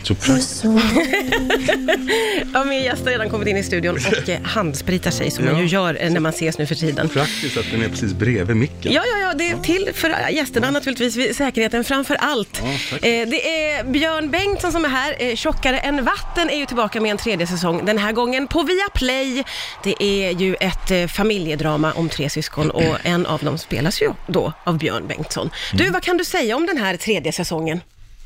Så praktiskt. Ja, min gäst har redan kommit in i studion och handspritar sig som man ju gör när man ses nu för tiden. Praktiskt att den är precis bredvid micken. Ja, det är till för gästerna naturligtvis, säkerheten framför allt. Det är Björn Bengtsson som är här. Tjockare än vatten är ju tillbaka med en 3:e säsong. Den här gången på Viaplay. Det är ju ett familjedrama om 3 syskon och en av dem spelas ju då av Björn Bengtsson. Du, vad kan du säga om den här 3:e säsongen?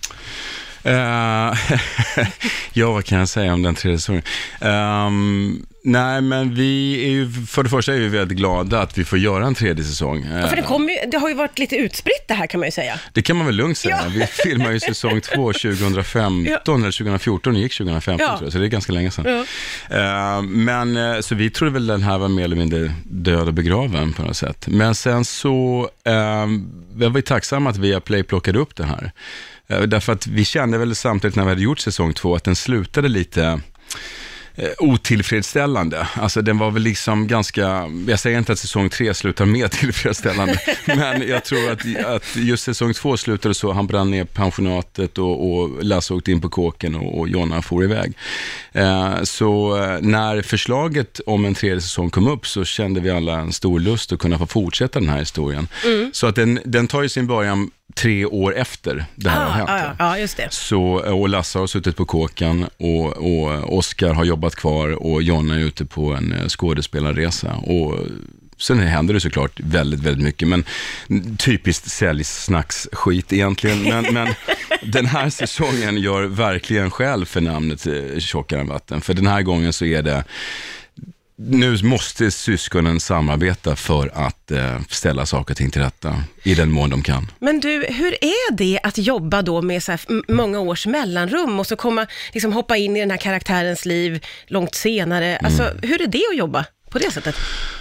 Ja, vad kan jag säga om den 3:e säsongen? Nej, men vi är ju, för det första är vi väldigt glada att vi får göra en 3:e säsong. Ja, för det har ju varit lite utspritt det här, kan man ju säga. Det kan man väl lugnt säga. Vi filmar ju säsong 2 2015 eller 2014, gick 2015 tror jag, så det är ganska länge sedan. Men så vi trodde väl den här var mer eller mindre död och begraven på något sätt. Men sen så var vi tacksamma att Viaplay plockade upp det här. Därför att vi kände väl samtidigt när vi hade gjort säsong 2 att den slutade lite otillfredsställande. Alltså den var väl liksom ganska, jag säger inte att säsong 3 slutar mer tillfredsställande, men jag tror att just säsong 2 slutade så, han brann ner pensionatet och Lasse åkte in på kåken och Jonna for iväg. Så när förslaget om en 3:e säsong kom upp så kände vi alla en stor lust att kunna få fortsätta den här historien. Så att den tar ju sin början 3 år efter det här har hänt. Ja, just det. Så, och Lasse har suttit på kåken och Oskar har jobbat kvar och Jonna är ute på en skådespelarresa. Och sen händer det såklart väldigt, väldigt mycket, men typiskt säljsnacksskit egentligen. Men den här säsongen gör verkligen skäl för namnet Tjockare än vatten. För den här gången så är det, nu måste syskonen samarbeta för att ställa saker och ting till rätta i den mån de kan. Men du, hur är det att jobba då med så här många års mellanrum och så liksom hoppa in i den här karaktärens liv långt senare? Alltså, hur är det att jobba på det sättet?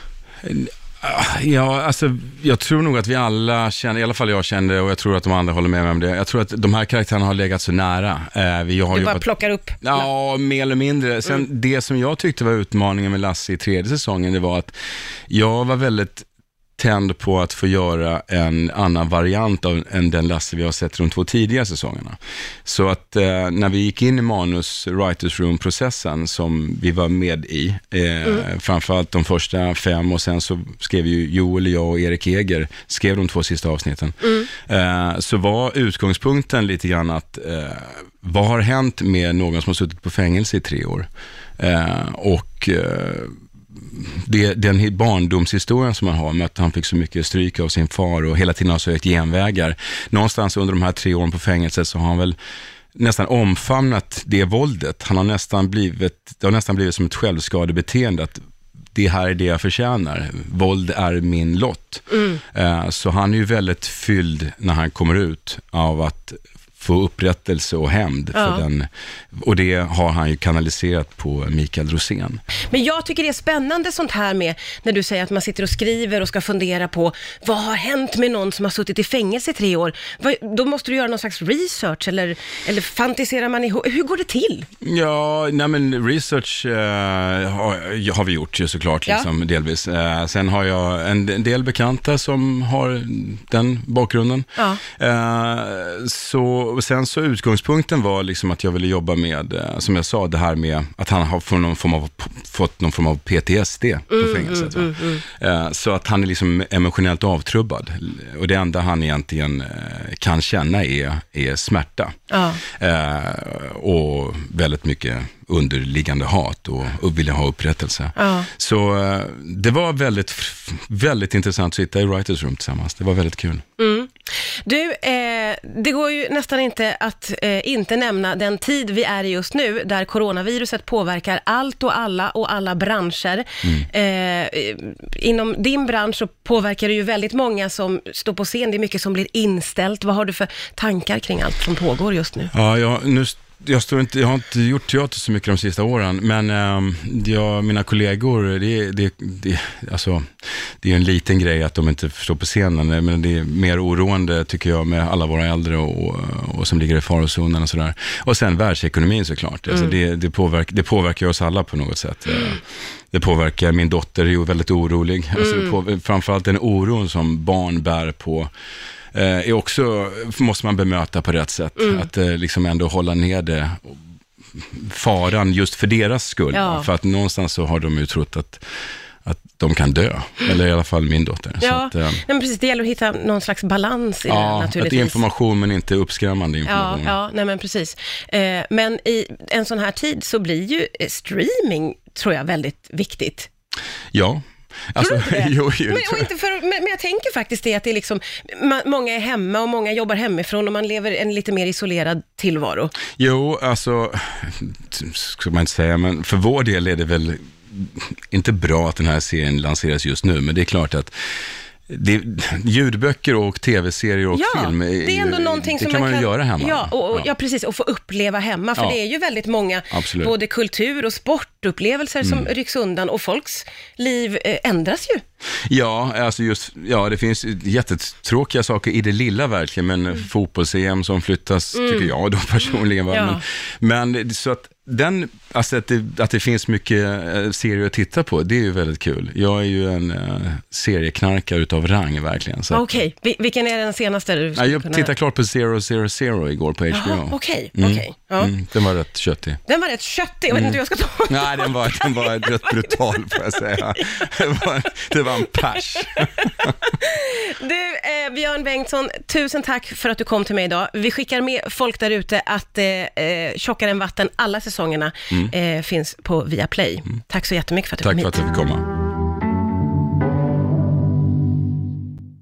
Ja, alltså jag tror nog att vi alla känner, i alla fall jag kände, och jag tror att de andra håller med mig om det. Jag tror att de här karaktärerna har legat så nära. Du bara plockar upp? Ja, mer eller mindre. Sen det som jag tyckte var utmaningen med Lasse i 3:e säsongen, det var att jag var väldigt tänd på att få göra en annan variant än den Lasse vi har sett de 2 tidiga säsongerna. Så att när vi gick in i manus writers room-processen som vi var med i, framförallt de första 5, och sen så skrev ju Joel, jag och Erik Eger skrev de 2 sista avsnitten. Så var utgångspunkten lite grann att vad har hänt med någon som har suttit på fängelse i 3 år? Den barndomshistorien som man har med att han fick så mycket stryk av sin far och hela tiden har sökt genvägar. Någonstans under de här 3 åren på fängelset så har han väl nästan omfamnat det våldet. Det har nästan blivit som ett självskadebeteende, att det här är det jag förtjänar. Våld är min lott. Så han är ju väldigt fylld när han kommer ut av att få upprättelse och hämnd för den, och det har han ju kanaliserat på Mikael Rosén. Men jag tycker det är spännande sånt här med när du säger att man sitter och skriver och ska fundera på vad har hänt med någon som har suttit i fängelse i 3 år. Då måste du göra någon slags research eller fantiserar man ihop. Hur går det till? Ja, nej men research har vi gjort ju såklart liksom, delvis. Sen har jag en del bekanta som har den bakgrunden. Och sen så utgångspunkten var liksom att jag ville jobba med, som jag sa, det här med att han har fått någon form av PTSD på fängelset. Så att han är liksom emotionellt avtrubbad. Och det enda han egentligen kan känna är smärta. Och väldigt mycket underliggande hat och vilja ha upprättelse. Så det var väldigt, väldigt intressant att sitta i writers room tillsammans. Det var väldigt kul. Du, det går ju nästan inte att inte nämna den tid vi är i just nu, där coronaviruset påverkar allt och alla branscher. Inom din bransch så påverkar det ju väldigt många som står på scen. Det är mycket som blir inställt. Vad har du för tankar kring allt som pågår just nu? Jag har inte gjort teater så mycket de sista åren, men mina kollegor, det är en liten grej att de inte står på scenen, men det är mer oroande tycker jag med alla våra äldre och som ligger i farozonen och sådär. Och sen världsekonomin såklart. Alltså det påverkar oss alla på något sätt. Det påverkar, min dotter är ju väldigt orolig. Alltså framförallt den oron som barn bär på är också, måste man bemöta på rätt sätt. Att liksom ändå hålla ner det faran just för deras skull. Ja. För att någonstans så har de ju trott att de kan dö. Eller i alla fall min dotter. Ja, så att, men precis, det gäller att hitta någon slags balans i det naturligtvis. Ja, information men inte uppskrämmande information. Ja, nej men precis. Men i en sån här tid så blir ju streaming, tror jag, väldigt viktigt. Ja. Alltså, men jag tänker faktiskt det att det är liksom, många är hemma och många jobbar hemifrån och man lever en lite mer isolerad tillvaro. Jo, alltså, ska man inte säga, men för vår del är det väl inte bra att den här serien lanseras just nu, men det är klart att ljudböcker och tv-serier och film, det är ändå någonting det som kan man ju göra hemma. Ja, precis, och få uppleva hemma, för det är ju väldigt många, både kultur- och sportupplevelser som rycks undan, och folks liv ändras ju. Ja, alltså det finns jättetråkiga saker i det lilla verkligen, men fotbolls-EM som flyttas tycker jag då personligen. Men så att att det finns mycket serier att titta på, det är ju väldigt kul. Jag är ju en serieknarkare utav rang verkligen. Okej. Vilken är den senaste du jag tittade klart på 000 igår på HBO. Okej. Den var rätt köttig. Jag vet inte hur jag ska ta. Nej, den var rätt brutal, får jag säga. Det var en pers. Du, Björn Bengtsson, tusen tack för att du kom till mig idag. Vi skickar med folk där ute att Tjockare än vatten, alla säsongerna finns på Viaplay. Tack så jättemycket för att du kom hit. Tack för att du fick komma.